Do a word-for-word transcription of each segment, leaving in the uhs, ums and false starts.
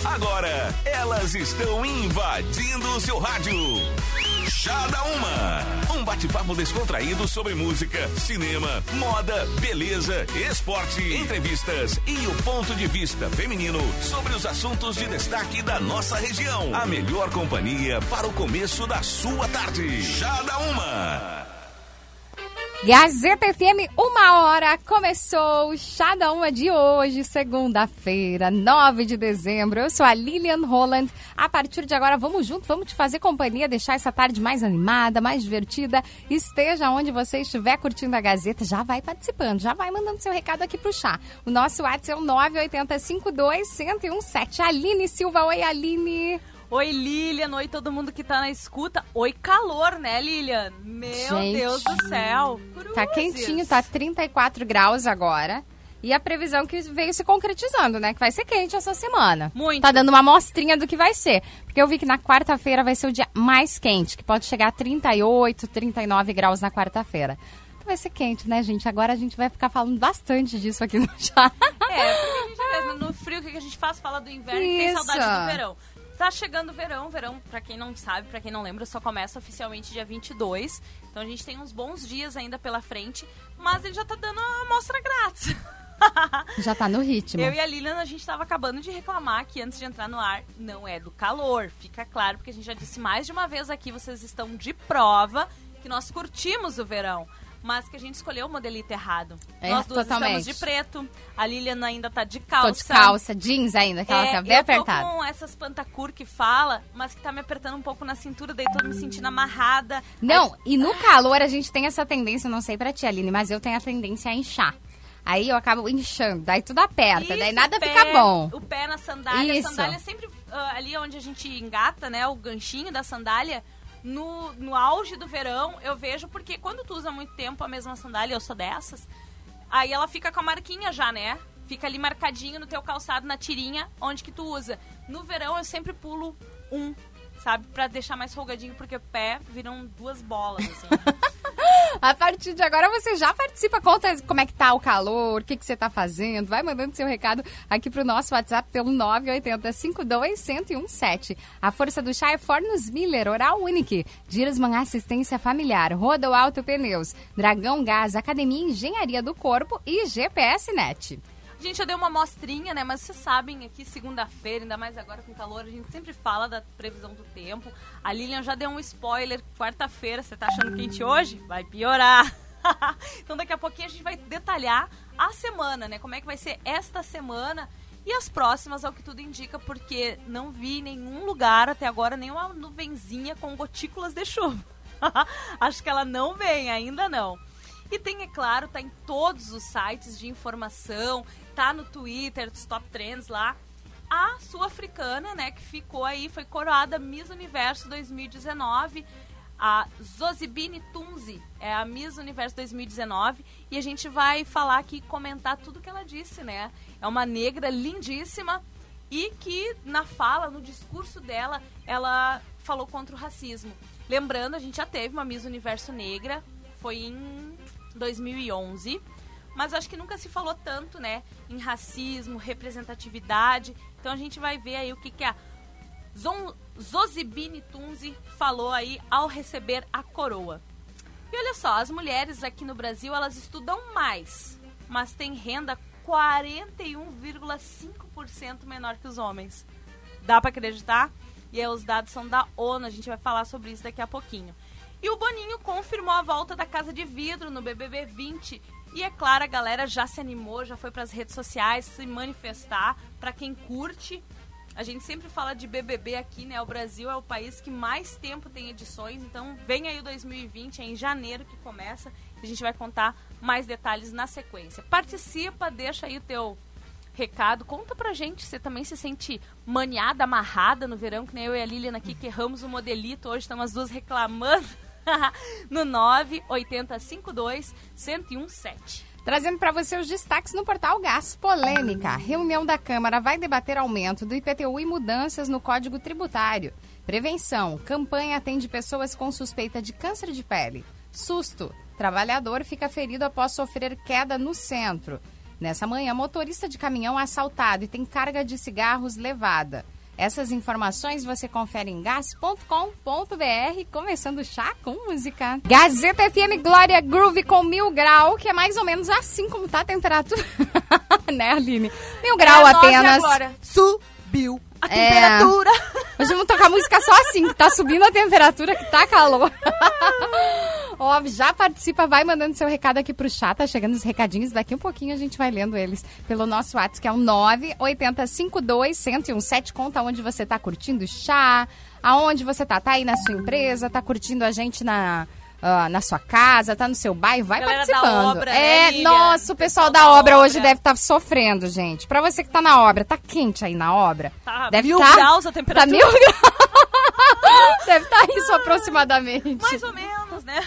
Agora, elas estão invadindo o seu rádio. Chá da Uma. Um bate-papo descontraído sobre música, cinema, moda, beleza, esporte, entrevistas e o ponto de vista feminino sobre os assuntos de destaque da nossa região. A melhor companhia para o começo da sua tarde. Chá da Uma. Gazeta F M, uma hora, começou o Chá da Uma de hoje, segunda-feira, nove de dezembro. Eu sou a Lilian Holland. A partir de agora, vamos junto, vamos te fazer companhia, deixar essa tarde mais animada, mais divertida. Esteja onde você estiver curtindo a Gazeta, já vai participando, já vai mandando seu recado aqui pro Chá. O nosso WhatsApp é o nove oito zero cinco dois um zero um sete. Aline Silva, oi Aline. Oi, Lilian. Oi, todo mundo que tá na escuta. Oi, calor, né, Lilian? Meu Gente, Deus do céu. Cruzes. Tá quentinho, tá trinta e quatro graus agora. E a previsão que veio se concretizando, né? Que vai ser quente essa semana. Muito. Tá dando uma amostrinha do que vai ser. Porque eu vi que na quarta-feira vai ser o dia mais quente, que pode chegar a trinta e oito, trinta e nove graus na quarta-feira. Então vai ser quente, né, gente? Agora a gente vai ficar falando bastante disso aqui no Chá. É, porque a gente faz no frio, o que a gente faz? Fala do inverno e tem saudade do verão. Tá chegando o verão, verão, pra quem não sabe, pra quem não lembra, só começa oficialmente dia vinte e dois. Então a gente tem uns bons dias ainda pela frente, mas ele já tá dando uma amostra grátis. Já tá no ritmo. Eu e a Lilian, a gente tava acabando de reclamar que antes de entrar no ar, não é do calor. Fica claro, porque a gente já disse mais de uma vez aqui, vocês estão de prova, que nós curtimos o verão. Mas que a gente escolheu o modelito errado. É, Nós duas totalmente. estamos de preto. A Lilian ainda tá de calça. Tô de calça, jeans ainda, aquela é, bem apertada. Eu tô com essas pantacur que fala, mas que tá me apertando um pouco na cintura, daí tô me sentindo amarrada. Não, Aí... e no calor a gente tem essa tendência, não sei pra ti, Aline, mas eu tenho a tendência a inchar. Aí eu acabo inchando, daí tudo aperta, Isso, daí nada pé, fica bom. O pé na sandália, Isso. a sandália sempre uh, ali onde a gente engata, né, o ganchinho da sandália. No, no auge do verão, eu vejo, porque quando tu usa muito tempo a mesma sandália, eu sou dessas, aí ela fica com a marquinha já, né? Fica ali marcadinho no teu calçado, na tirinha, onde que tu usa. No verão, eu sempre pulo um, sabe? Pra deixar mais folgadinho, porque o pé viram duas bolas, assim. A partir de agora você já participa, conta como é que tá o calor, o que, que você tá fazendo, vai mandando seu recado aqui pro nosso WhatsApp pelo nove oito zero cinco dois um zero um sete. A força do chá é Fornos Miller, Oral Unique, Dirasman Assistência Familiar, Rodo Alto Pneus, Dragão Gás, Academia Engenharia do Corpo e G P S Net. Gente, eu dei uma amostrinha, né? Mas vocês sabem, aqui segunda-feira, ainda mais agora com calor, a gente sempre fala da previsão do tempo. A Lilian já deu um spoiler. Quarta-feira, você tá achando quente hoje? Vai piorar. Então daqui a pouquinho a gente vai detalhar a semana, né? Como é que vai ser esta semana e as próximas, ao que tudo indica, porque não vi em nenhum lugar até agora nenhuma nuvenzinha com gotículas de chuva. Acho que ela não vem, ainda não. E tem, é claro, tá em todos os sites de informação, tá no Twitter, dos Top Trends lá, a sul-africana, né, que ficou aí, foi coroada Miss Universo dois mil e dezenove, a Zozibini Tunzi, é a Miss Universo dois mil e dezenove, e a gente vai falar aqui, comentar tudo que ela disse, né? É uma negra lindíssima e que na fala, no discurso dela, ela falou contra o racismo. Lembrando, a gente já teve uma Miss Universo negra, foi em dois mil e onze, mas acho que nunca se falou tanto, né, em racismo, representatividade. Então a gente vai ver aí o que, que a Zon, Zozibini Tunzi falou aí ao receber a coroa. E olha só, as mulheres aqui no Brasil, elas estudam mais, mas têm renda quarenta e um vírgula cinco por cento menor que os homens. Dá pra acreditar? E aí os dados são da ONU, a gente vai falar sobre isso daqui a pouquinho. E o Boninho confirmou a volta da Casa de Vidro no B B B vinte. E é claro, a galera já se animou, já foi para as redes sociais se manifestar. Para quem curte, a gente sempre fala de B B B aqui, né? O Brasil é o país que mais tempo tem edições. Então vem aí o dois mil e vinte, é em janeiro que começa. A gente vai contar mais detalhes na sequência. Participa, deixa aí o teu recado. Conta pra gente, você também se sente maniada, amarrada no verão, que nem eu e a Lilian aqui, que erramos o modelito. Hoje estamos as duas reclamando. No nove oito zero cinco dois um zero um sete. Trazendo para você os destaques no Portal Gás. Polêmica. Reunião da Câmara vai debater aumento do I P T U e mudanças no Código Tributário. Prevenção. Campanha atende pessoas com suspeita de câncer de pele. Susto. Trabalhador fica ferido após sofrer queda no centro. Nessa manhã, motorista de caminhão assaltado e tem carga de cigarros levada. Essas informações você confere em gás ponto com ponto b r, começando o chá com música. Gazeta F M Glória Groove com mil grau, que é mais ou menos assim como tá a temperatura. Né, Aline? Mil grau é, apenas. Agora. Subiu a É. temperatura. Hoje vamos tocar música só assim, que tá subindo a temperatura, que tá calor. Ó, já participa, vai mandando seu recado aqui pro chat, tá chegando os recadinhos, daqui um pouquinho a gente vai lendo eles pelo nosso WhatsApp, que é o nove oito zero cinco dois um zero um sete, conta onde você tá curtindo o chá, aonde você tá, tá aí na sua empresa, tá curtindo a gente na... Uh, na sua casa, tá no seu bairro, vai Galera participando. da obra, é, né, Lilian? nossa, o pessoal, Pessoal da, da obra, obra hoje deve estar sofrendo, gente. Pra você que tá na obra, tá quente aí na obra? Tá deve mil tá, graus a temperatura. Tá mil graus. Deve estar isso aproximadamente. Mais ou menos, né?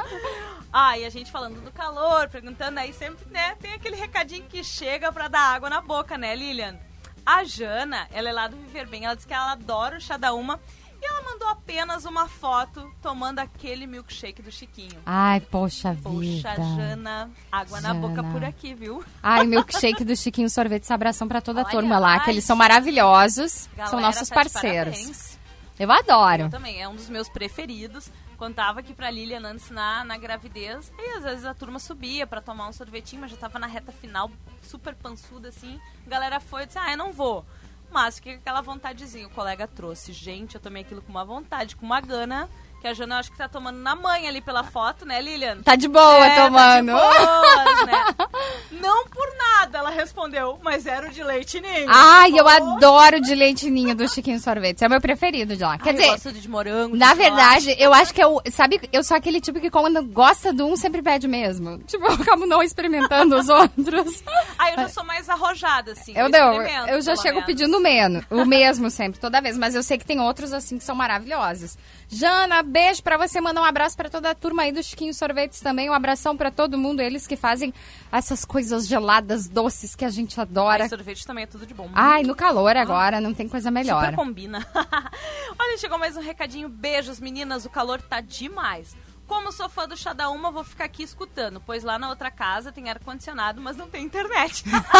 Ah, e a gente falando do calor, perguntando aí sempre, né? Tem aquele recadinho que chega pra dar água na boca, né, Lilian? A Jana, ela é lá do Viver Bem, ela diz que ela adora o chá da uma. E ela mandou apenas uma foto tomando aquele milkshake do Chiquinho. Ai, poxa vida. Poxa, Jana, água Jana. na boca por aqui, viu? Ai, milkshake do Chiquinho Sorvete, abração pra toda a Olha, turma lá, que ai, eles são maravilhosos, Galera, são nossos tá de parceiros. parabéns. Eu adoro. Eu também, é um dos meus preferidos. Contava aqui pra Lilian antes na, na gravidez. E às vezes a turma subia pra tomar um sorvetinho, mas já tava na reta final, super pançuda assim. A galera foi e disse, ah, eu não vou. Mas fiquei com aquela vontadezinha, o colega trouxe. Gente, eu tomei aquilo com uma vontade, com uma gana, que a Jana eu acho que tá tomando na manha ali pela foto, né, Lilian? Tá de boa é, tomando. Tá de boas, né? Não por nada, ela respondeu, mas era o de leite ninho. Ai, eu Oh. adoro de leite ninho do Chiquinho Sorvete. É o meu preferido de lá. Quer Ai, dizer, eu gosto de morango. na de verdade, chocolate. eu acho que eu, sabe, eu sou aquele tipo que quando gosta de um, sempre pede mesmo. Tipo, eu acabo não experimentando os outros. Ah, eu já sou mais arrojada, assim. Eu não, experimento, eu já pelo chego menos. pedindo menos, o mesmo sempre, toda vez. Mas eu sei que tem outros, assim, que são maravilhosos. Jana, beijo pra você, mandar um abraço pra toda a turma aí do Chiquinho Sorvetes também. Um abração pra todo mundo, eles que fazem essas coisas geladas, doces que a gente adora. Ai, sorvete também é tudo de bom. Ai, no calor agora, não tem coisa melhor. Super combina. Olha, chegou mais um recadinho. Beijos, meninas. O calor tá demais. Como sou fã do Chá da Uma, vou ficar aqui escutando, pois lá na outra casa tem ar-condicionado, mas não tem internet.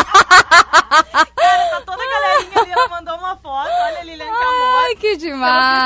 Cara, tá toda a galerinha ali, ela mandou uma foto. Olha, Lilian, que amor. Ai, que Elas estão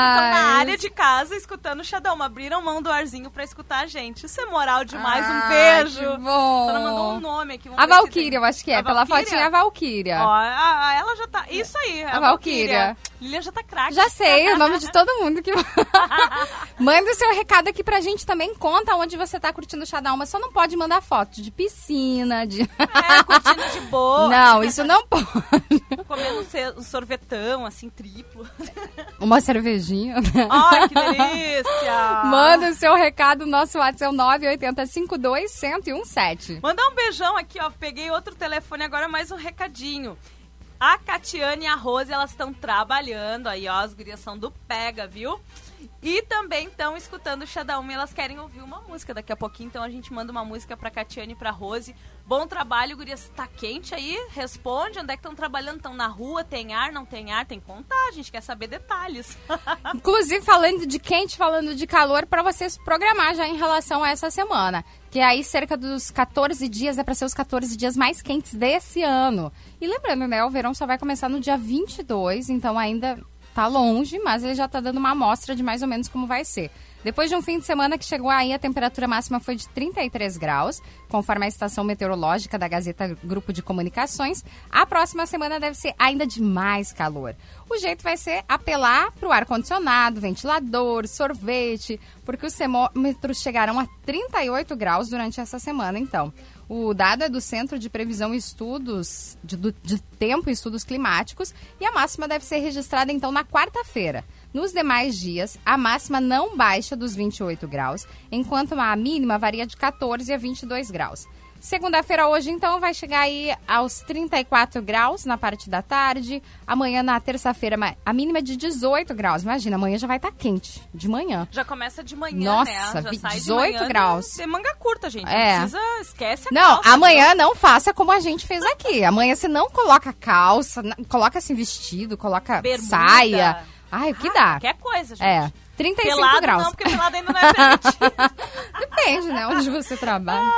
na área demais. de casa escutando o Chá da Uma. Abriram mão do arzinho pra escutar a gente. Isso é moral demais. Um Ai, beijo. que bom. Só não mandou um nome aqui. vamos A ver se Valkyria, tem. eu acho que é. A Pela Valkyria? fotinha, a Valkyria. Ó, a- a- ela já tá... Isso aí, a, A Valkyria. Lilian já tá craque. Já sei o nome de todo mundo que... Manda o seu recado aqui pra gente também. Conta onde você tá curtindo o Chá da Uma. Só não pode mandar foto de piscina, de... É, curtindo de boa. Não, isso não pode. Comendo um ce- um sorvetão, assim, triplo. Uma cervejinha. Ai, que delícia! Manda o seu recado. Nosso WhatsApp é o nove oito zero cinco dois um zero um sete. Mandar um beijão aqui, ó. Peguei outro telefone, agora mais um recadinho. A Catiane e a Rose, elas estão trabalhando aí, ó. As gurias são do Pega, viu? E também estão escutando o Chá da Uma e elas querem ouvir uma música daqui a pouquinho. Então a gente manda uma música pra Catiane e pra Rose. Bom trabalho, gurias. Tá quente aí? Responde. Onde é que estão trabalhando? Estão na rua? Tem ar? Não tem ar? Tem que contar. A gente quer saber detalhes. Inclusive, falando de quente, falando de calor, pra você se programar já em relação a essa semana. Que aí, cerca dos catorze dias, é pra ser os catorze dias mais quentes desse ano. E lembrando, né, o verão só vai começar no dia vinte e dois, então ainda tá longe, mas ele já tá dando uma amostra de mais ou menos como vai ser. Depois de um fim de semana que chegou aí, a temperatura máxima foi de trinta e três graus, conforme a estação meteorológica da Gazeta Grupo de Comunicações. A próxima semana deve ser ainda de mais calor. O jeito vai ser apelar para o ar-condicionado, ventilador, sorvete, porque os termômetros chegarão a trinta e oito graus durante essa semana, então. O dado é do Centro de Previsão e Estudos de, de Tempo e Estudos Climáticos e a máxima deve ser registrada, então, na quarta-feira. Nos demais dias, a máxima não baixa dos vinte e oito graus, enquanto a mínima varia de catorze a vinte e dois graus. Segunda-feira hoje, então, vai chegar aí aos trinta e quatro graus na parte da tarde. Amanhã, na terça-feira, a mínima é de dezoito graus. Imagina, amanhã já vai estar quente, de manhã. Já começa de manhã, Nossa, né? Já vi- sai de dezoito manhã, graus. Tem manga curta, gente. É. Não precisa... Esquece a Não, calça, amanhã não faça como a gente fez aqui. Amanhã você não coloca calça, n- coloca assim vestido, coloca Bermuda. saia. Ai, o que Ah, dá? Qualquer coisa, gente. É, trinta e cinco Pelado graus. não, porque pelado ainda não é permitido. Depende, né? Onde você trabalha. Ai,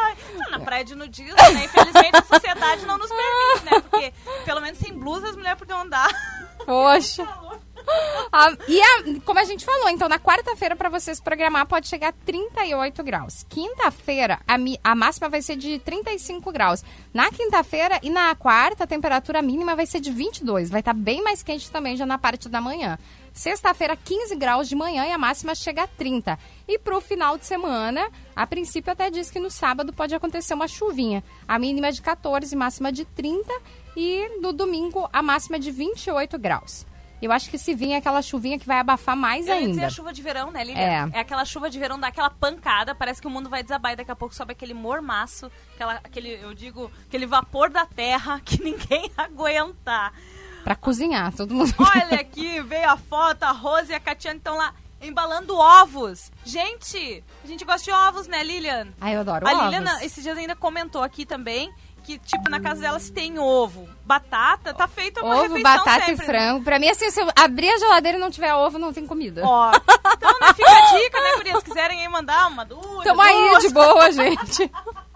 na praia de nudismo, né? Infelizmente a sociedade não nos permite, né? Porque pelo menos sem blusa as mulheres podiam andar. Poxa. Ah, e a, como a gente falou, então na quarta-feira para você se programar pode chegar a trinta e oito graus. Quinta-feira a, mi, a máxima vai ser de trinta e cinco graus. Na quinta-feira e na quarta a temperatura mínima vai ser de vinte e dois. Vai estar tá bem mais quente também já na parte da manhã. Sexta-feira quinze graus de manhã e a máxima chega a trinta. E para o final de semana, a princípio até diz que no sábado pode acontecer uma chuvinha. A mínima é de quatorze, máxima de trinta e no domingo a máxima é de vinte e oito graus. Eu acho que se vir é aquela chuvinha que vai abafar mais eu ainda. Ia dizer a chuva de verão, né, Lilian? É. É aquela chuva de verão, dá aquela pancada, parece que o mundo vai desabar e daqui a pouco sobe aquele mormaço, aquela, aquele, eu digo, aquele vapor da terra que ninguém aguenta. Pra cozinhar, todo mundo. Olha aqui, veio a foto, a Rose e a Catiane estão lá embalando ovos. Gente, a gente gosta de ovos, né, Lilian? Ai, eu adoro a ovos. A Lilian, esses dias ainda comentou aqui também que, tipo, na casa dela se tem ovo, batata, tá feito uma ovo, refeição batata sempre, e frango. Né? Pra mim, assim, se eu abrir a geladeira e não tiver ovo, não tem comida. Ó, então, né, fica a dica, né, gurias? Se quiserem aí mandar uma dúvida. Tamo aí de boa, gente.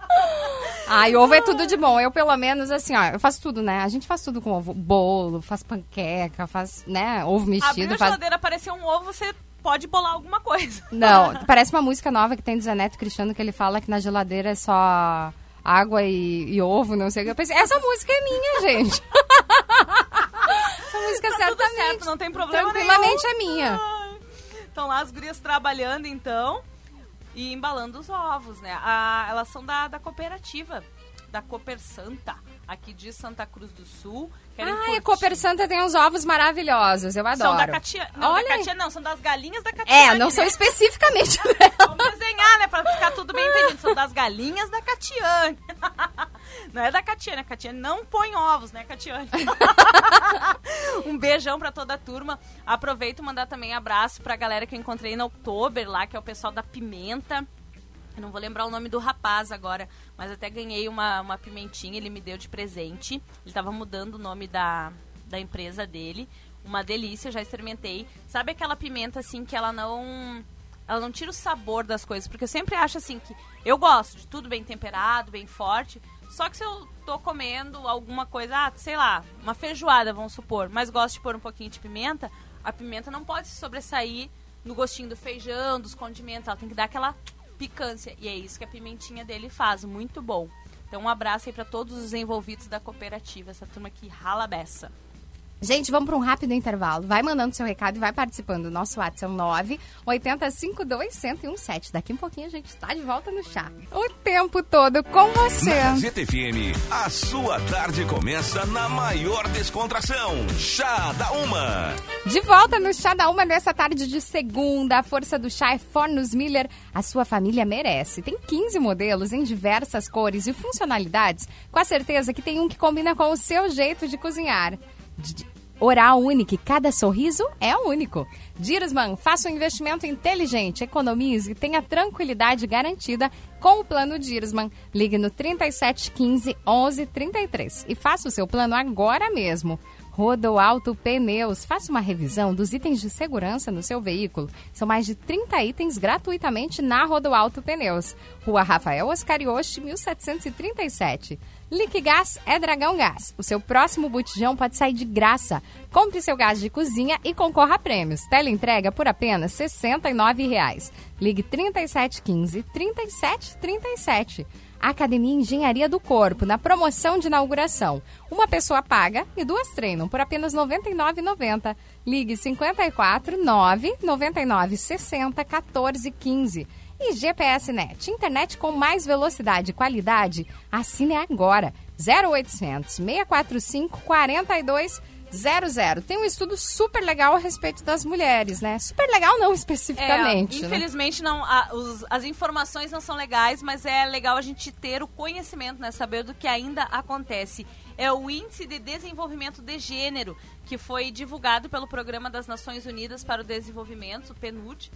Ai, ovo é tudo de bom. Eu, pelo menos, assim, ó, eu faço tudo, né? A gente faz tudo com ovo. Bolo, faz panqueca, faz, né, ovo mexido. Abriu a faz... geladeira, apareceu um ovo, você pode bolar alguma coisa. Não, parece uma música nova que tem do Zé Neto Cristiano, que ele fala que na geladeira é só água e, e ovo, não sei o que. Eu pensei, essa música é minha, gente. Essa música tá certamente. Tudo certo, não tem problema tranquilamente nenhum. é minha. Estão lá as gurias trabalhando, então, e embalando os ovos, né? A, elas são da, da cooperativa, da Cooper Santa, aqui de Santa Cruz do Sul. Ah, a Cooper Santa tem uns ovos maravilhosos, eu adoro. São da Catia... Não, Olha da Catia não, são das galinhas da Catiane. É, não né? são especificamente dela. Vamos desenhar, né, pra ficar tudo bem entendido. São das galinhas da Catiane. Não é da Catiane, a Catiane não põe ovos, né, Catiane? Um beijão pra toda a turma. Aproveito e mandar também abraço pra galera que eu encontrei na Oktober lá, que é o pessoal da Pimenta. Eu não vou lembrar o nome do rapaz agora, mas até ganhei uma, uma pimentinha, ele me deu de presente. Ele tava mudando o nome da, da empresa dele. Uma delícia, já experimentei. Sabe aquela pimenta, assim, que ela não... Ela não tira o sabor das coisas, porque eu sempre acho, assim, que... Eu gosto de tudo bem temperado, bem forte, só que se eu tô comendo alguma coisa, ah, sei lá, uma feijoada, vamos supor, mas gosto de pôr um pouquinho de pimenta, a pimenta não pode se sobressair no gostinho do feijão, dos condimentos, ela tem que dar aquela... picância, e é isso que a pimentinha dele faz, muito bom. Então um abraço aí pra todos os envolvidos da cooperativa, essa turma que rala a beça. Gente, vamos para um rápido intervalo. Vai mandando seu recado e vai participando. Nosso WhatsApp é o nove oito zero cinco dois zero zero um sete. Daqui um pouquinho a gente está de volta no chá. O tempo todo com você. Na Z T F M, a sua tarde começa na maior descontração. Chá da Uma. De volta no Chá da Uma nessa tarde de segunda. A força do chá é Fornos Miller. A sua família merece. Tem quinze modelos em diversas cores e funcionalidades. Com a certeza que tem um que combina com o seu jeito de cozinhar. Oral Unique, cada sorriso é único. Dirosman, faça um investimento inteligente, economize e tenha tranquilidade garantida com o plano Dirosman. Ligue no trinta e sete quinze, onze trinta e três e faça o seu plano agora mesmo. Rodoalto Pneus, faça uma revisão dos itens de segurança no seu veículo. São mais de trinta itens gratuitamente na Rodoalto Pneus. Rua Rafael Oscarioche, mil setecentos e trinta e sete. Liquigás é Dragão Gás. O seu próximo botijão pode sair de graça. Compre seu gás de cozinha e concorra a prêmios. Teleentrega por apenas sessenta e nove reais. Ligue trinta e sete quinze, trinta e sete trinta e sete. Academia Engenharia do Corpo, na promoção de inauguração. Uma pessoa paga e duas treinam por apenas noventa e nove reais e noventa centavos. Ligue cinquenta e quatro, nove, noventa e nove, sessenta, quatorze, quinze. E G P S Net, internet com mais velocidade e qualidade, assine agora. zero oitocentos, seiscentos e quarenta e cinco, quarenta e dois zero zero. Tem um estudo super legal a respeito das mulheres, né? Super legal não especificamente. É, infelizmente, né? não, a, os, as informações não são legais, mas é legal a gente ter o conhecimento, né? Saber do que ainda acontece. É o Índice de Desenvolvimento de Gênero, que foi divulgado pelo Programa das Nações Unidas para o Desenvolvimento, o P N U D.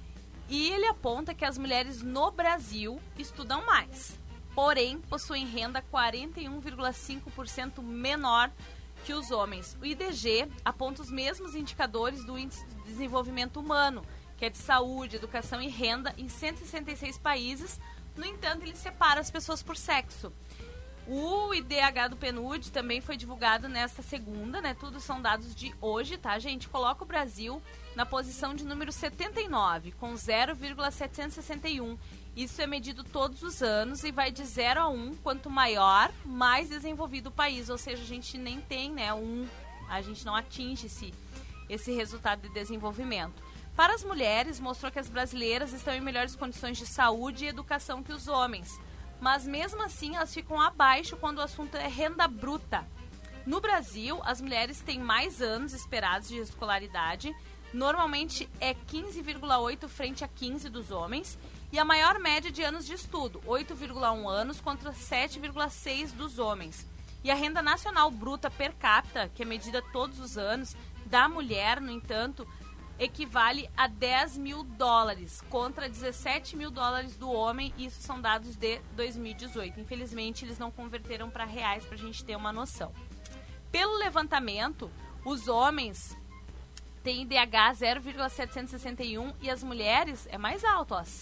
E ele aponta que as mulheres no Brasil estudam mais, porém possuem renda quarenta e um vírgula cinco por cento menor que os homens. O I D G aponta os mesmos indicadores do Índice de Desenvolvimento Humano, que é de saúde, educação e renda, em cento e sessenta e seis países, No entanto, ele separa as pessoas por sexo. O I D H do P N U D também foi divulgado nesta segunda, né? Tudo são dados de hoje, tá, gente? Coloca o Brasil na posição de número setenta e nove, com zero vírgula setecentos e sessenta e um. Isso é medido todos os anos e vai de zero a um. Quanto maior, mais desenvolvido o país. Ou seja, a gente nem tem, né, um... A gente não atinge esse, esse resultado de desenvolvimento. Para as mulheres, mostrou que as brasileiras estão em melhores condições de saúde e educação que os homens. Mas mesmo assim elas ficam abaixo quando o assunto é renda bruta. No Brasil, as mulheres têm mais anos esperados de escolaridade, normalmente é quinze vírgula oito frente a quinze dos homens, e a maior média de anos de estudo, oito vírgula um anos contra sete vírgula seis dos homens. E a renda nacional bruta per capita, que é medida todos os anos, da mulher, no entanto, equivale a dez mil dólares contra dezessete mil dólares do homem. Isso são dados de dois mil e dezoito. Infelizmente, eles não converteram para reais para a gente ter uma noção. Pelo levantamento, os homens têm I D H zero vírgula setecentos e sessenta e um e as mulheres é mais alto, ó,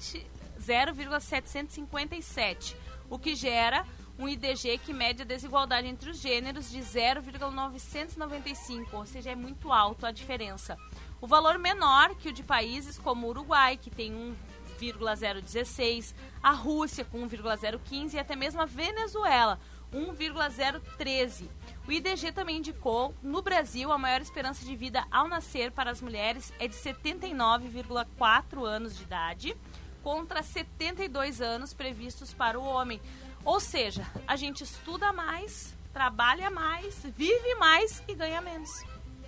zero vírgula setecentos e cinquenta e sete, o que gera um I D G que mede a desigualdade entre os gêneros de zero vírgula novecentos e noventa e cinco, ou seja, é muito alto a diferença. O valor menor que o de países como o Uruguai, que tem um vírgula zero dezesseis, a Rússia com um vírgula zero quinze e até mesmo a Venezuela, um vírgula zero treze. O I D G também indicou, no Brasil, a maior esperança de vida ao nascer para as mulheres é de setenta e nove vírgula quatro anos de idade, contra setenta e dois anos previstos para o homem. Ou seja, a gente estuda mais, trabalha mais, vive mais e ganha menos.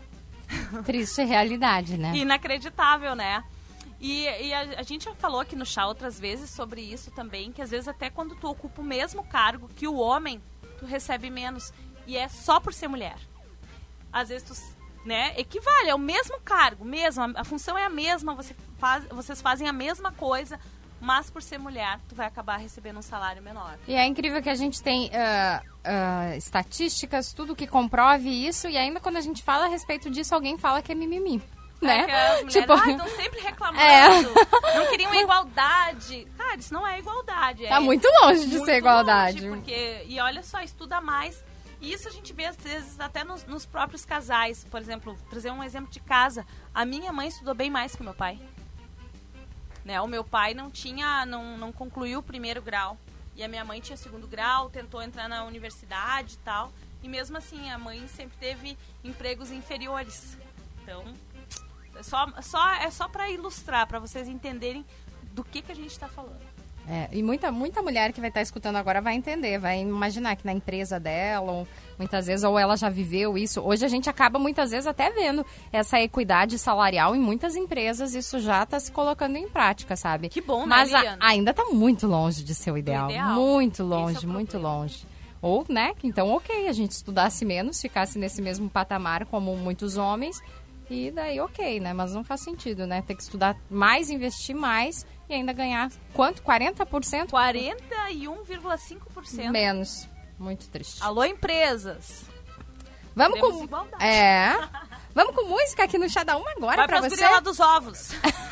Triste realidade, né? Inacreditável, né? E, e a, a gente já falou aqui no chá outras vezes sobre isso também, que às vezes até quando tu ocupa o mesmo cargo que o homem, tu recebe menos. E é só por ser mulher. Às vezes tu, né, equivale, é o mesmo cargo, mesmo, a, a função é a mesma, você faz, vocês fazem a mesma coisa, mas por ser mulher, tu vai acabar recebendo um salário menor. E é incrível que a gente tem uh, uh, estatísticas, tudo que comprove isso, e ainda quando a gente fala a respeito disso, alguém fala que é mimimi. Né? É que as mulheres tipo... ah, estão sempre reclamando, é. não queriam igualdade. Cara, isso não é igualdade. Tá é muito longe de muito ser igualdade. Longe, porque, e olha só, estuda mais. E isso a gente vê às vezes até nos, nos próprios casais. Por exemplo, trazer um exemplo de casa. A minha mãe estudou bem mais que o meu pai. Né? O meu pai não tinha, não, não concluiu o primeiro grau. E a minha mãe tinha segundo grau, tentou entrar na universidade e tal. E mesmo assim, a mãe sempre teve empregos inferiores. Então, é só, só, é só para ilustrar, para vocês entenderem do que, que a gente está falando. É, e muita, muita mulher que vai estar escutando agora vai entender, vai imaginar que na empresa dela, ou, muitas vezes, ou ela já viveu isso. Hoje a gente acaba muitas vezes até vendo essa equidade salarial em muitas empresas, isso já está se colocando em prática, sabe? Que bom, né, Mas a, Liliana? ainda está muito longe de ser o ideal, ideal. muito Esse longe, é o muito problema. longe. Ou, né, então ok, a gente estudasse menos, ficasse nesse mesmo patamar como muitos homens, e daí ok, né, mas não faz sentido, né, ter que estudar mais, investir mais e ainda ganhar quanto? quarenta por cento? quarenta e um vírgula cinco por cento. Menos. Muito triste. Alô, empresas. Vamos Queremos com... igualdade. É. Vamos com música aqui no Chá da Uma agora Vai pra pras você. gurias lá dos ovos.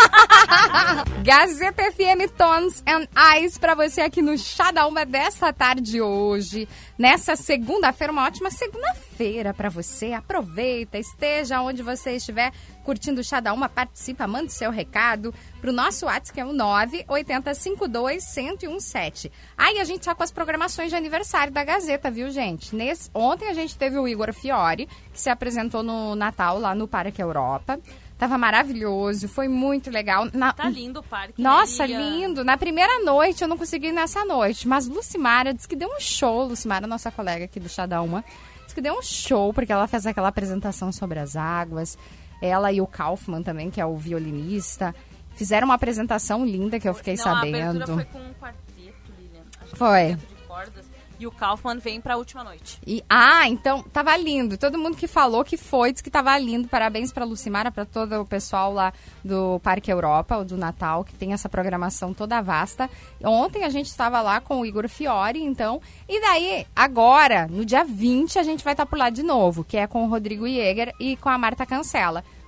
Gazeta F M Tones and Eyes pra você aqui no Chá da Uma dessa tarde hoje. Nessa segunda-feira, uma ótima segunda-feira pra você. Aproveita, esteja onde você estiver curtindo o Chá da Uma, participa, manda o seu recado pro nosso WhatsApp, que é o nove oito zero cinco dois um zero um sete. Aí a gente tá com as programações de aniversário da Gazeta, viu, gente? Nesse, ontem a gente teve o Igor Fiore, que se apresentou no Natal lá no Parque Europa. Tava maravilhoso, foi muito legal. Na... Tá lindo o parque. Nossa, né, lindo. Na primeira noite, eu não consegui ir nessa noite, mas Lucimara disse que deu um show. Lucimara, nossa colega aqui do Chá da Uma, disse que deu um show, porque ela fez aquela apresentação sobre as águas. Ela e o Kaufmann também, que é o violinista, fizeram uma apresentação linda que eu fiquei Não, sabendo. a abertura foi com um quarteto, Lilian. Acho que Foi. um quarteto de cordas. E o Kaufmann vem pra última noite. E, ah, então, tava lindo. Todo mundo que falou que foi, disse que tava lindo. Parabéns pra Lucimara, pra todo o pessoal lá do Parque Europa, ou do Natal, que tem essa programação toda vasta. Ontem a gente estava lá com o Igor Fiore, então. E daí, agora, no dia vinte, a gente vai estar por lá de novo, que é com o Rodrigo Jäger e com a Marta Cancela.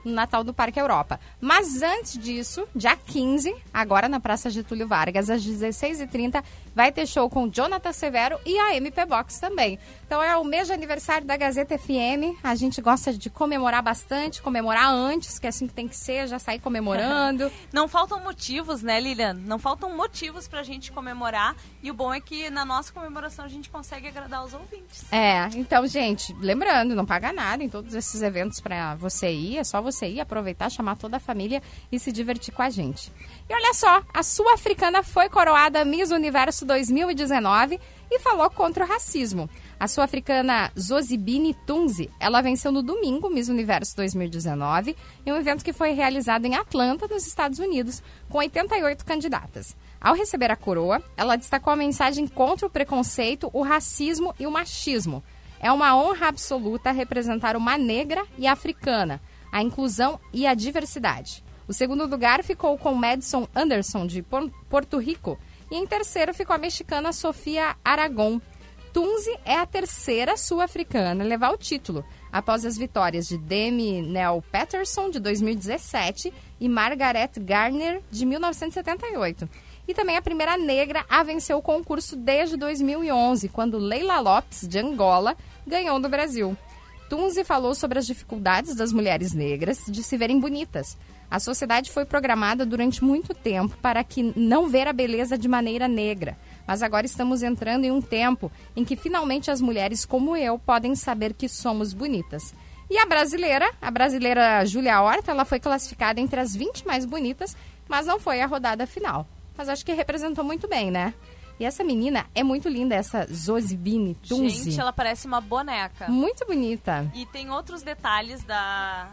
no Natal do Parque Europa. Mas antes disso, dia quinze, agora na Praça Getúlio Vargas, às dezesseis e trinta, vai ter show com Jonathan Severo e a M P Box também. Então é o mês de aniversário da Gazeta F M, a gente gosta de comemorar bastante, comemorar antes, que é assim que tem que ser, já sair comemorando. Não faltam motivos, né, Lilian? Não faltam motivos pra gente comemorar, e o bom é que na nossa comemoração a gente consegue agradar os ouvintes. É, então, gente, lembrando, não paga nada em todos esses eventos pra você ir, é só você ir, aproveitar, chamar toda a família e se divertir com a gente. E olha só, a sul-africana foi coroada Miss Universo dois mil e dezenove e falou contra o racismo. A sul-africana Zozibini Tunzi, ela venceu no domingo Miss Universo dois mil e dezenove, em um evento que foi realizado em Atlanta, nos Estados Unidos, com oitenta e oito candidatas. Ao receber a coroa, ela destacou a mensagem contra o preconceito, o racismo e o machismo. É uma honra absoluta representar uma negra e africana, a inclusão e a diversidade. O segundo lugar ficou com Madison Anderson, de Porto Rico, e em terceiro ficou a mexicana Sofia Aragon. Tunzi é a terceira sul-africana a levar o título, após as vitórias de Demi Nell Patterson, de dois mil e dezessete, e Margaret Garner, de mil novecentos e setenta e oito. E também a primeira negra a vencer o concurso desde dois mil e onze, quando Leila Lopes, de Angola, ganhou do Brasil. Tunzi falou sobre as dificuldades das mulheres negras de se verem bonitas. A sociedade foi programada durante muito tempo para que não ver a beleza de maneira negra. Mas agora estamos entrando em um tempo em que finalmente as mulheres como eu podem saber que somos bonitas. E a brasileira, a brasileira Júlia Horta, ela foi classificada entre as vinte mais bonitas, mas não foi a rodada final. Mas acho que representou muito bem, né? E essa menina é muito linda, essa Zozibini Tunzi. Gente, ela parece uma boneca. Muito bonita. E tem outros detalhes da,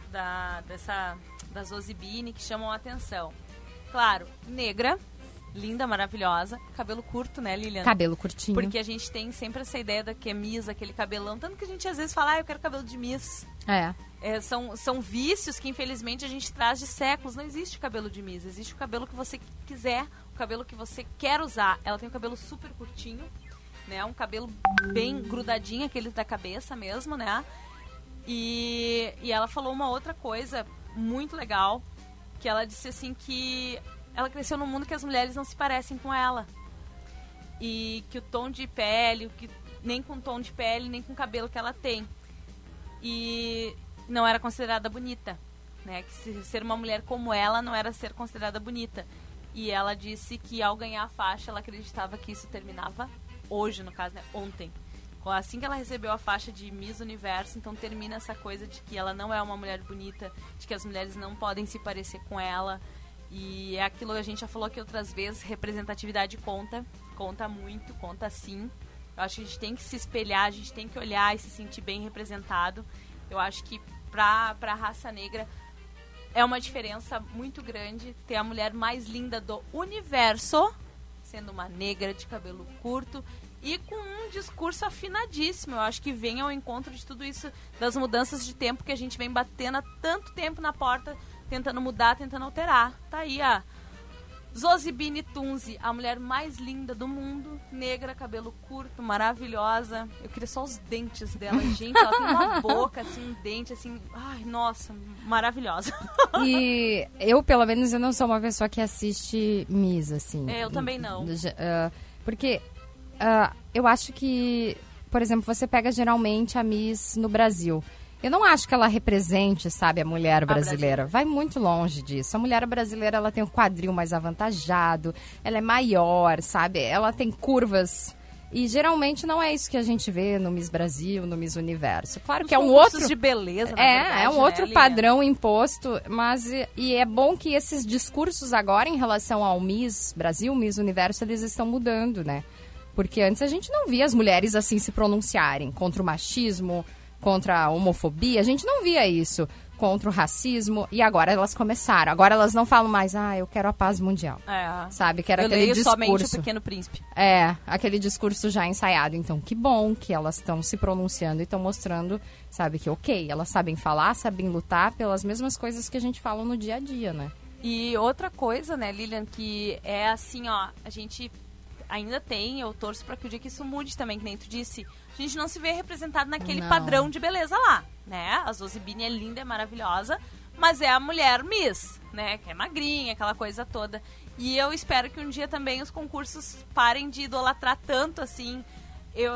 da, dessa, da Zozibini que chamam a atenção. Claro, negra, linda, maravilhosa. Cabelo curto, né, Lilian? Cabelo curtinho. Porque a gente tem sempre essa ideia da que é Miss, aquele cabelão. Tanto que a gente às vezes fala, ah, eu quero cabelo de Miss. É. É, são, são vícios que infelizmente a gente traz de séculos. Não existe cabelo de Miss, existe o cabelo que você quiser, o cabelo que você quer usar. Ela tem um cabelo super curtinho, né? Um cabelo bem grudadinho, aquele da cabeça mesmo, né? E, e ela falou uma outra coisa muito legal, que ela disse assim que ela cresceu num mundo que as mulheres não se parecem com ela. E que o tom de pele, o que, nem com o tom de pele, nem com o cabelo que ela tem. E não era considerada bonita, né? Que ser uma mulher como ela não era ser considerada bonita. E ela disse que ao ganhar a faixa, ela acreditava que isso terminava hoje, no caso, né? Ontem. Assim que ela recebeu a faixa de Miss Universo, então termina essa coisa de que ela não é uma mulher bonita, de que as mulheres não podem se parecer com ela. E é aquilo que a gente já falou aqui outras vezes, representatividade conta, conta muito, conta sim. Eu acho que a gente tem que se espelhar, a gente tem que olhar e se sentir bem representado. Eu acho que pra, pra raça negra é uma diferença muito grande ter a mulher mais linda do universo, sendo uma negra de cabelo curto e com um discurso afinadíssimo. Eu acho que vem ao encontro de tudo isso, das mudanças de tempo que a gente vem batendo há tanto tempo na porta, tentando mudar, tentando alterar. Tá aí a Zozibini Tunzi, a mulher mais linda do mundo, negra, cabelo curto, maravilhosa. Eu queria só os dentes dela, gente. Ela tem uma boca, assim, um dente, assim, ai, nossa, maravilhosa. E eu, pelo menos, eu não sou uma pessoa que assiste Miss, assim. É, eu também não. Uh, porque uh, eu acho que, por exemplo, você pega geralmente a Miss no Brasil. Eu não acho que ela represente, sabe, a mulher brasileira. Vai muito longe disso. A mulher brasileira, ela tem um quadril mais avantajado, ela é maior, sabe? Ela tem curvas. E geralmente não é isso que a gente vê no Miss Brasil, no Miss Universo. Claro que é um outro... de beleza, na É, verdade, é um né, outro Lilian? padrão imposto, mas e, e é bom que esses discursos agora em relação ao Miss Brasil, Miss Universo, eles estão mudando, né? Porque antes a gente não via as mulheres assim se pronunciarem contra o machismo, contra a homofobia, a gente não via isso, contra o racismo, e agora elas começaram. Agora elas não falam mais, ah, eu quero a paz mundial. É. Sabe, que era Eu aquele leio discurso. somente o Pequeno Príncipe. É, aquele discurso já ensaiado. Então, que bom que elas estão se pronunciando e estão mostrando, sabe, que ok, elas sabem falar, sabem lutar pelas mesmas coisas que a gente fala no dia a dia, né? E outra coisa, né, Lilian, que é assim, ó, a gente ainda tem, eu torço pra que o dia que isso mude também, que nem tu disse, a gente não se vê representado naquele Não. padrão de beleza lá, né? A Zozibini é linda, é maravilhosa, mas é a mulher Miss, né? Que é magrinha, aquela coisa toda. E eu espero que um dia também os concursos parem de idolatrar tanto, assim, eu,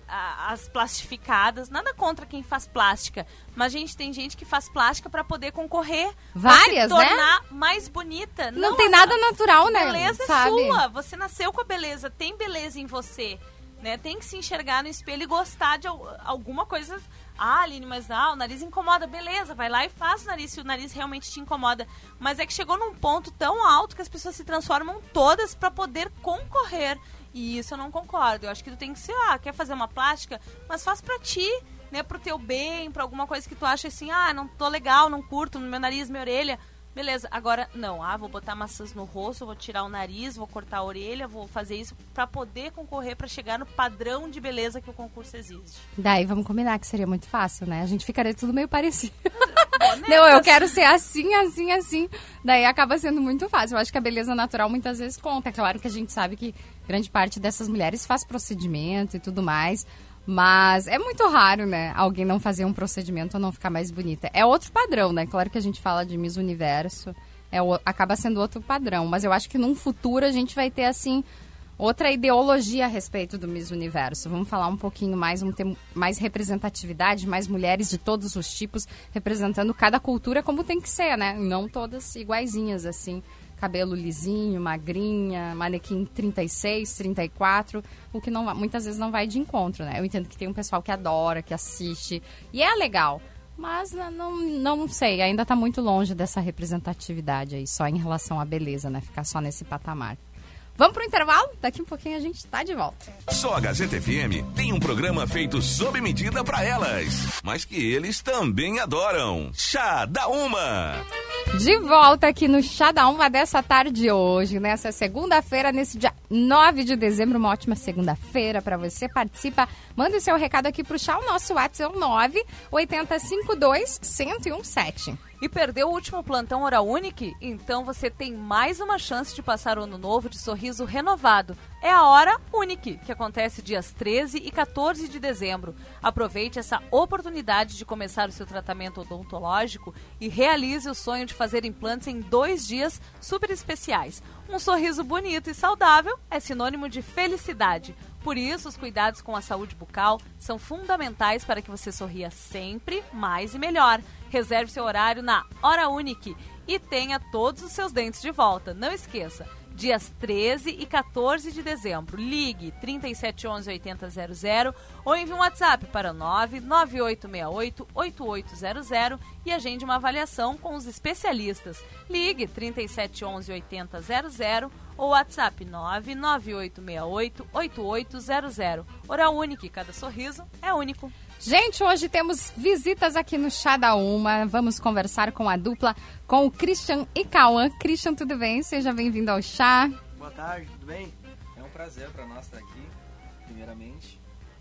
a, as plastificadas. Nada contra quem faz plástica, mas, gente, tem gente que faz plástica pra poder concorrer. Várias, pra se tornar né? mais bonita. Não, não tem nada natural, né? Beleza sabe? é sua. Você nasceu com a beleza. Tem beleza em você. Né? Tem que se enxergar no espelho e gostar de alguma coisa. Ah, Aline, mas ah, o nariz incomoda. Beleza, vai lá e faz o nariz se o nariz realmente te incomoda. Mas é que chegou num ponto tão alto que as pessoas se transformam todas pra poder concorrer. E isso eu não concordo. Eu acho que tu tem que ser, ah, quer fazer uma plástica, mas faz pra ti, né? Pro teu bem, pra alguma coisa que tu acha assim, ah, não tô legal, não curto, no meu nariz, minha orelha. Beleza, agora não, ah, vou botar maçãs no rosto, vou tirar o nariz, vou cortar a orelha, vou fazer isso pra poder concorrer, pra chegar no padrão de beleza que o concurso exige. Daí vamos combinar que seria muito fácil, né? A gente ficaria tudo meio parecido. Não, eu quero ser assim, assim, assim. Daí acaba sendo muito fácil. Eu acho que a beleza natural muitas vezes conta. É claro que a gente sabe que grande parte dessas mulheres faz procedimento e tudo mais. Mas é muito raro, né, alguém não fazer um procedimento ou não ficar mais bonita. É outro padrão, né? Claro que a gente fala de Miss Universo, é o, acaba sendo outro padrão. Mas eu acho que num futuro a gente vai ter, assim, outra ideologia a respeito do Miss Universo. Vamos falar um pouquinho mais, vamos ter mais representatividade, mais mulheres de todos os tipos, representando cada cultura como tem que ser, né? Não todas iguaizinhas, assim. Cabelo lisinho, magrinha, manequim trinta e seis, trinta e quatro, o que não, muitas vezes não vai de encontro, né? Eu entendo que tem um pessoal que adora, que assiste, e é legal, mas não, não sei, ainda tá muito longe dessa representatividade aí, só em relação à beleza, né? Ficar só nesse patamar. Vamos pro intervalo? Daqui um pouquinho a gente tá de volta. Só a Gazeta F M tem um programa feito sob medida pra elas, mas que eles também adoram. Chá da Uma. De volta aqui no Chá da Uma dessa tarde hoje, nessa segunda-feira, nesse dia nove de dezembro, uma ótima segunda-feira para você. Participa, manda o seu recado aqui pro Chá, o nosso WhatsApp é o nove oito cinco dois, um zero um sete. E perdeu o último plantão Hora Unique? Então você tem mais uma chance de passar o ano novo de sorriso renovado. É a Hora Unique, que acontece dias treze e quatorze de dezembro. Aproveite essa oportunidade de começar o seu tratamento odontológico e realize o sonho de fazer implantes em dois dias super especiais. Um sorriso bonito e saudável é sinônimo de felicidade. Por isso, os cuidados com a saúde bucal são fundamentais para que você sorria sempre mais e melhor. Reserve seu horário na Hora Unique e tenha todos os seus dentes de volta. Não esqueça, dias treze e quatorze de dezembro. Ligue trinta e sete onze, oitenta zero zero ou envie um WhatsApp para nove nove oito seis oito, oito oito zero zero e agende uma avaliação com os especialistas. Ligue trinta e sete onze, oitenta zero zero ou WhatsApp nove nove oito seis oito, oito oito zero zero. Hora Unique, cada sorriso é único. Gente, hoje temos visitas aqui no Chá da Uma. Vamos conversar com a dupla, com o Christian e Cauã. Christian, tudo bem? Seja bem-vindo ao Chá. Boa tarde, tudo bem? É um prazer para nós estar aqui, primeiramente.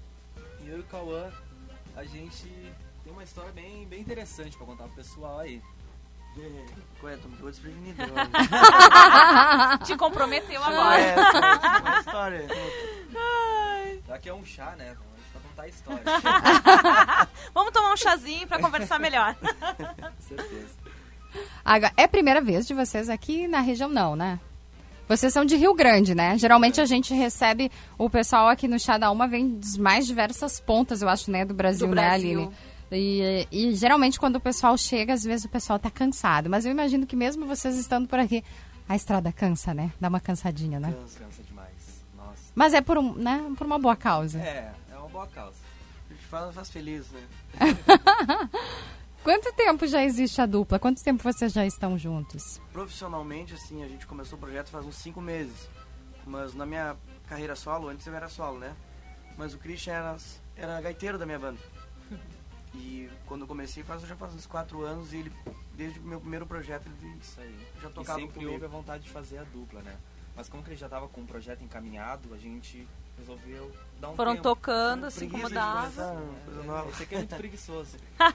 E eu e o Cauã, a gente tem uma história bem, bem interessante para contar pro pessoal aí. Ué, tô muito desprevenido. Te comprometeu agora. É, uma história. Aqui é um chá, né? Pra contar a história. Vamos tomar um chazinho pra conversar melhor. Com certeza. Agora, é a primeira vez de vocês aqui na região, não, né? Vocês são de Rio Grande, né? Geralmente a gente recebe, o pessoal aqui no Chá da Uma vem das mais diversas pontas, eu acho, né? Do Brasil, Do né, Brasil. Aline? E, e geralmente quando o pessoal chega, às vezes o pessoal tá cansado. Mas eu imagino que mesmo vocês estando por aqui, a estrada cansa, né? Dá uma cansadinha, né? Cansa, cansa demais. Nossa. Mas é por, um, né? por uma boa causa. É, é uma boa causa. A gente faz, faz feliz, né? Quanto tempo já existe a dupla? Quanto tempo vocês já estão juntos? Profissionalmente, assim, a gente começou o projeto faz uns cinco meses. Mas na minha carreira solo, antes eu era solo, né? Mas o Christian era, era gaiteiro da minha banda. E quando eu comecei, faz, já faz uns quatro anos, e ele, desde o meu primeiro projeto, ele Isso aí. já tocava E sempre comigo. houve a vontade de fazer a dupla, né? Mas como que ele já tava com um projeto encaminhado, a gente resolveu dar um Foram tempo. tocando, assim Preguiça como de dava. começar uma coisa nova. Esse aqui é muito preguiçoso.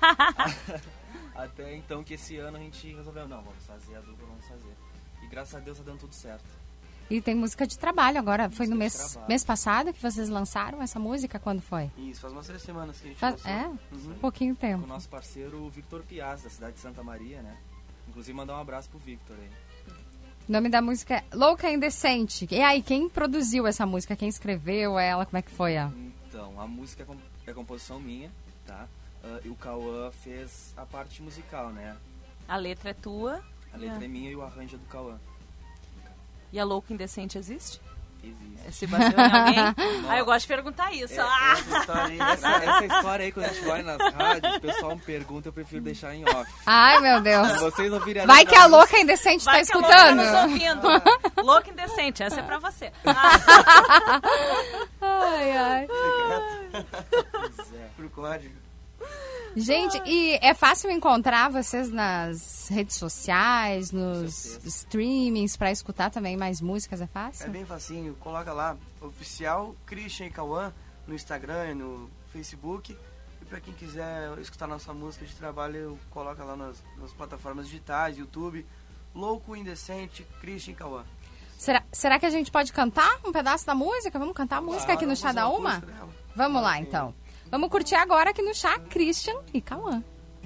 Até então que esse ano a gente resolveu, não, vamos fazer a dupla, vamos fazer. E graças a Deus tá dando tudo certo. E tem música de trabalho agora. Foi no Música de mês, trabalho. mês passado que vocês lançaram essa música? Quando foi? Isso, faz umas três semanas que a gente Faz- lançou. é? Uhum. Um pouquinho Com tempo. o nosso parceiro Victor Piaz, da cidade de Santa Maria, né? Inclusive mandar um abraço pro Victor aí. O nome da música é Louca Indecente. E aí, quem produziu essa música? Quem escreveu ela? Como é que foi? A... Então, a música é, comp é composição minha, tá? Uh, e o Cauã fez a parte musical, né? A letra é tua. A letra é, é minha e o arranjo é do Cauã. E a Louca Indecente existe? Existe. Se bateu em alguém? Ah, eu gosto de perguntar isso. É, ah! essa, história, essa, essa história aí, quando a gente vai nas rádios, o pessoal me pergunta, eu prefiro deixar em off. Ai, meu Deus. Se vocês ouvirem a Vai letra que a da Louca Indecente Vai tá que a escutando. Louca tá nos ouvindo. Louca Indecente, essa é pra você. Ah. Ai, ai. música, é. Pro código. Gente, e é fácil encontrar vocês nas redes sociais, nos certeza. streamings, pra escutar também mais músicas, é É fácil? bem facinho, coloca lá, oficial Christian e Cauã, no Instagram, no Facebook. E pra quem quiser escutar nossa música de trabalho, coloca lá nas, nas plataformas digitais, YouTube, Louco Indecente, Christian e Cauã. Será, será que a gente pode cantar um pedaço da música? Vamos cantar a música aqui no Chá da Uma? Vamos lá, então. Vamos curtir agora aqui no Chá, Christian e Cauã.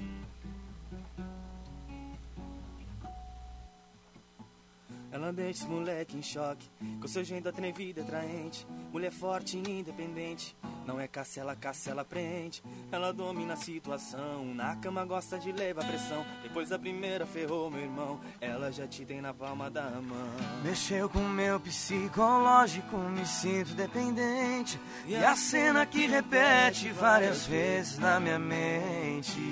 Ela deixa esse moleque em choque, com seu jeito atrevido e atraente. Mulher forte e independente, não é caça, ela caça, ela prende. Ela domina a situação, na cama gosta de levar pressão. Depois da primeira ferrou meu irmão, ela já te tem na palma da mão. Mexeu com meu psicológico, me sinto dependente. E a cena que repete várias vezes na minha mente.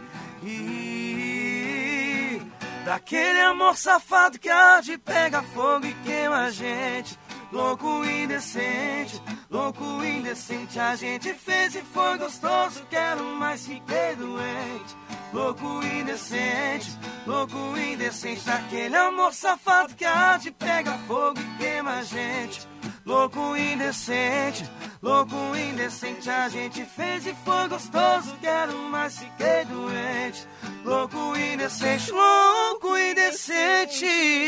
E daquele amor safado que arde, pega fogo e queima a gente. Louco indecente, louco indecente. A gente fez e foi gostoso, quero mais, fiquei doente. Louco indecente, louco indecente. Daquele amor safado que arde, pega fogo e queima a gente. Louco indecente, louco indecente. A gente fez e foi gostoso, quero mais, fiquei doente. Louco indecente, louco indecente.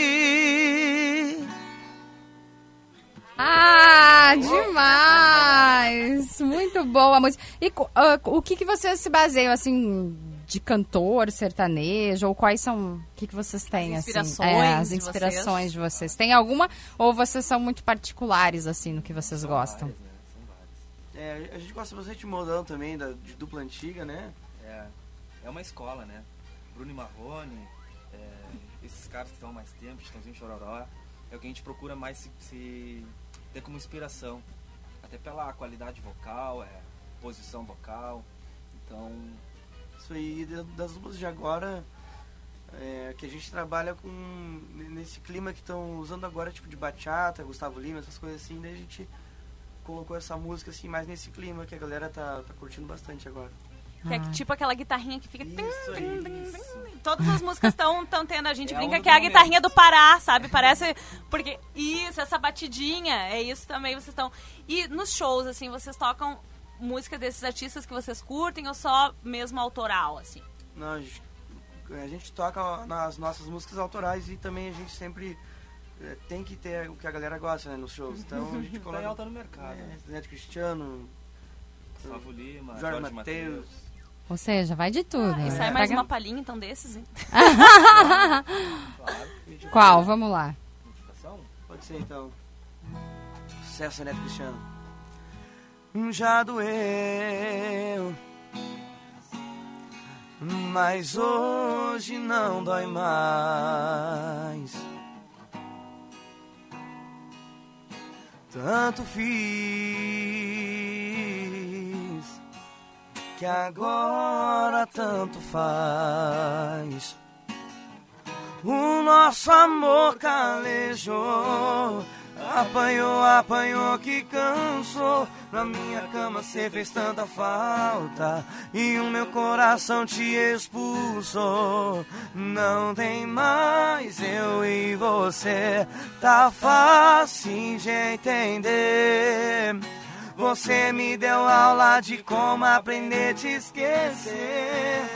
Ah, demais! Muito boa a música. E uh, o que, que vocês se baseiam, assim, de cantor, sertanejo? Ou quais são... O que, que vocês têm, As assim? inspirações É, as de inspirações vocês. de vocês. Tem alguma? Ou vocês são muito particulares, assim, no que vocês São gostam? várias, né? São várias. É, a gente gosta bastante de modão também, da, de dupla antiga, né? É, é uma escola, né? Bruno e Marrone, é, esses caras que estão há mais tempo, Chitãozinho e Chororó, é o que a gente procura mais se, se ter como inspiração. Até pela qualidade vocal, é, posição vocal. Então, Isso aí, da- das duplas de agora, é, que a gente trabalha com nesse clima que estão usando agora, tipo de bachata, Gustavo Lima, essas coisas assim, daí a gente colocou essa música assim mais nesse clima que a galera tá, tá curtindo bastante agora. Que é tipo aquela guitarrinha que fica... Isso tim, aí, tim, tim, isso. tim. Todas as músicas estão tendo. A gente É brinca algo que é a do momento. guitarrinha do Pará, sabe? Parece... Porque isso, essa batidinha, é isso também vocês estão... E nos shows, assim, vocês tocam música desses artistas que vocês curtem ou só mesmo autoral, assim? Não, a gente, a gente toca nas nossas músicas autorais e também a gente sempre é, tem que ter o que a galera gosta, né, nos shows. Então a gente tá em coloca alta no mercado. é, Neto Cristiano, Gustavo Lima, Jorge Jorge Mateus. Mateus. Ou seja, vai de tudo. E né? sai mais Pega- uma palhinha, então, desses, hein? Claro. Qual? Vamos lá. Indicação? Pode ser então. Sucesso, Neto Cristiano. Já doeu, mas hoje não dói mais. Tanto fiz que agora tanto faz. O nosso amor calejou, apanhou, apanhou que cansou. Na minha cama cê fez tanta falta e o meu coração te expulsou. Não tem mais eu e você, tá fácil de entender. Você me deu aula de como aprender a te esquecer.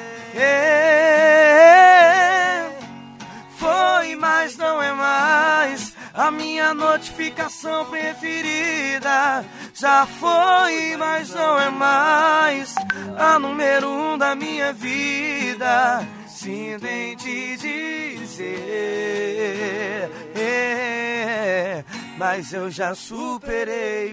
Foi, mas não é mais a minha notificação preferida. Já foi, mas não é mais a número um da minha vida. Se Sinto em te dizer, é, mas eu já superei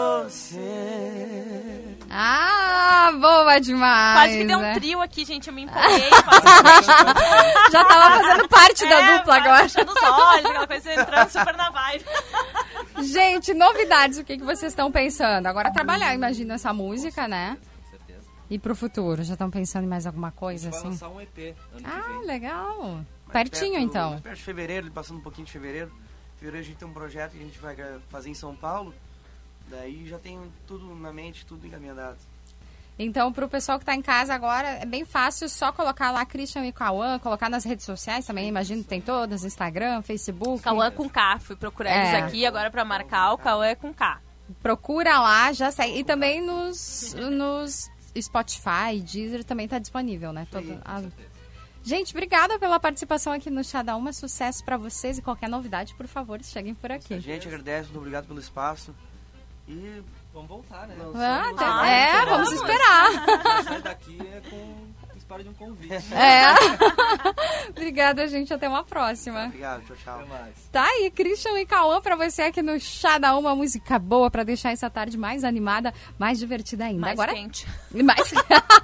você. Ah, boa demais. Quase me deu um né? trio aqui, gente. Eu me empolguei. Quase Já tava fazendo parte da é, dupla agora. fechando os olhos, aquela coisa entrando super na vibe. Gente, novidades, o que, que vocês estão pensando? Agora trabalhar, imagina essa música, né? Com certeza. E pro futuro, já estão pensando em mais alguma coisa, Vai assim? lançar um E P ano que Ah, vem. legal. Mais Pertinho, perto- então. mais perto de fevereiro, passando um pouquinho de fevereiro. Fevereiro a gente tem um projeto que a gente vai fazer em São Paulo. Daí já tem tudo na mente, tudo encaminhado. Então, pro pessoal que tá em casa agora, é bem fácil só colocar lá Christian e Cauã, colocar nas redes sociais também, imagino que tem todas, Instagram, Facebook. Cauã com K. Fui procurar É. eles aqui agora pra marcar. O Cauã é com K. Procura lá, já segue. E também nos, nos Spotify, Deezer também tá disponível, né? Todo, a... Gente, obrigada pela participação aqui no Chá da Uma. Sucesso pra vocês e qualquer novidade, por favor, cheguem por A aqui. gente agradece, muito obrigado pelo espaço. E Vamos voltar, né? Ah, lançamos- tá- Ah, é, então vamos vamos. esperar. Sair daqui é com disparo de um convite. É. Obrigada, gente. Até uma próxima. Obrigado, tchau, tchau. Até mais. Tá aí, Christian e Cauã pra você aqui no Chá da Uma, música boa pra deixar essa tarde mais animada, mais divertida ainda. Mais Agora, quente. mais...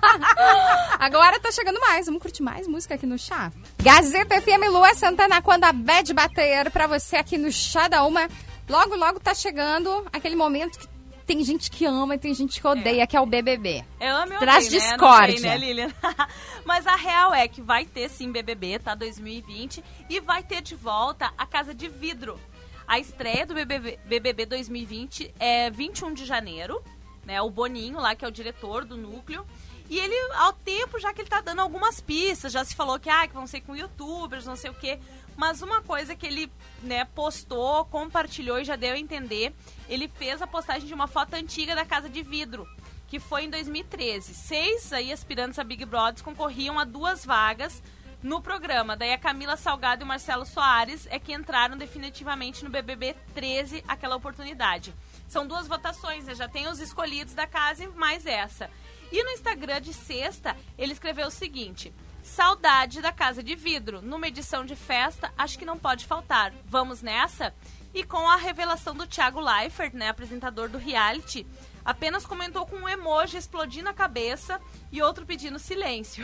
Agora tá chegando mais, vamos curtir mais música aqui no Chá. Gazeta F M, Lua Santana, quando a bad bater pra você aqui no Chá da Uma. Logo, logo tá chegando aquele momento que tem gente que ama e tem gente que odeia, que é o B B B. Eu amo e Traz odeio, né? discórdia. Não sei, né, Lilian? Mas a real é que vai ter sim B B B, tá? dois mil e vinte. E vai ter de volta a Casa de Vidro. A estreia do B B B, B B B dois mil e vinte é vinte e um de janeiro, né? O Boninho lá, que é o diretor do núcleo. E ele, ao tempo, já que ele tá dando algumas pistas, já se falou que, ah, que vão ser com youtubers, não sei o quê. Mas uma coisa que ele, né, postou, compartilhou e já deu a entender, ele fez a postagem de uma foto antiga da Casa de Vidro, que foi em dois mil e treze. Seis aí aspirantes a Big Brother concorriam a duas vagas no programa. Daí a Camila Salgado e o Marcelo Soares é que entraram definitivamente no B B B treze, aquela oportunidade. São duas votações, né? Já tem os escolhidos da casa e mais essa. E no Instagram de sexta, ele escreveu o seguinte: saudade da Casa de Vidro. Numa edição de festa, acho que não pode faltar. Vamos nessa? E com a revelação do Thiago Leifert, né, apresentador do reality, apenas comentou com um emoji explodindo a cabeça e outro pedindo silêncio.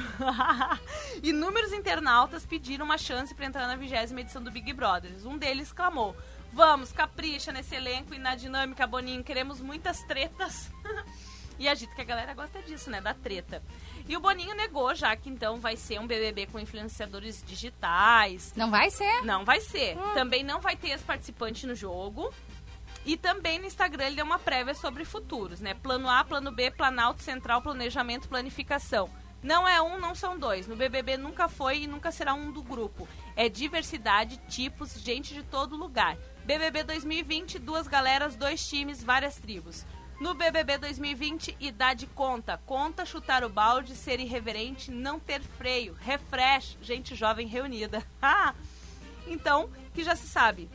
Inúmeros internautas pediram uma chance para entrar na vigésima edição do Big Brother. Um deles clamou: vamos, capricha nesse elenco e na dinâmica, Boninho, queremos muitas tretas. E agita que a galera gosta disso, né? Da treta. E o Boninho negou, já que então vai ser um B B B com influenciadores digitais. Não vai ser? Não vai ser. Também não vai ter ex-participante no jogo. E também no Instagram ele deu uma prévia sobre futuros, né? Plano A, plano B, Planalto Central, planejamento, planificação. Não é um, não são dois. No B B B nunca foi e nunca será um do grupo. É diversidade, tipos, gente de todo lugar. B B B dois mil e vinte, duas galeras, dois times, várias tribos. No B B B dois mil e vinte, idade conta. Conta chutar o balde, ser irreverente, não ter freio. Refresh, gente jovem reunida. Então, que já se sabe.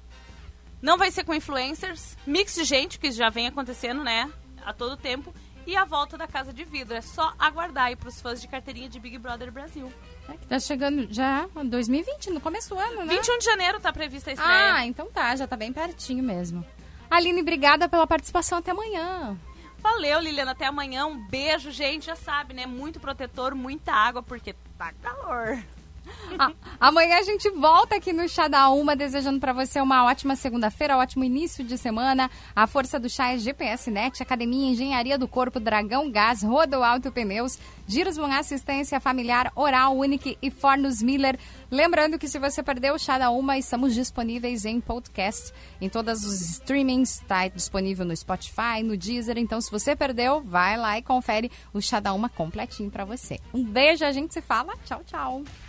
Não vai ser com influencers. Mix de gente, que já vem acontecendo, né? A todo tempo. E a volta da Casa de Vidro. É só aguardar aí pros fãs de carteirinha de Big Brother Brasil. É que tá chegando já dois mil e vinte, no começo do ano, né? vinte e um de janeiro tá prevista a estreia. Ah, então tá, já tá bem pertinho mesmo. Aline, obrigada pela participação. Até amanhã. Valeu, Liliana. Até amanhã. Um beijo, gente. Já sabe, né? Muito protetor, muita água, porque tá calor. Ah, amanhã a gente volta aqui no Chá da Uma, desejando pra você uma ótima segunda-feira, um ótimo início de semana. A força do chá é G P S Net, Academia Engenharia do Corpo, Dragão Gás, Rodo Alto Pneus, Girosman Assistência Familiar, Oral Unique e Fornos Miller. Lembrando que se você perdeu o Chá da Uma, estamos disponíveis em podcast, em todos os streamings, tá disponível no Spotify, no Deezer. Então, se você perdeu, vai lá e confere o Chá da Uma completinho pra você. Um beijo, a gente se fala. Tchau, tchau.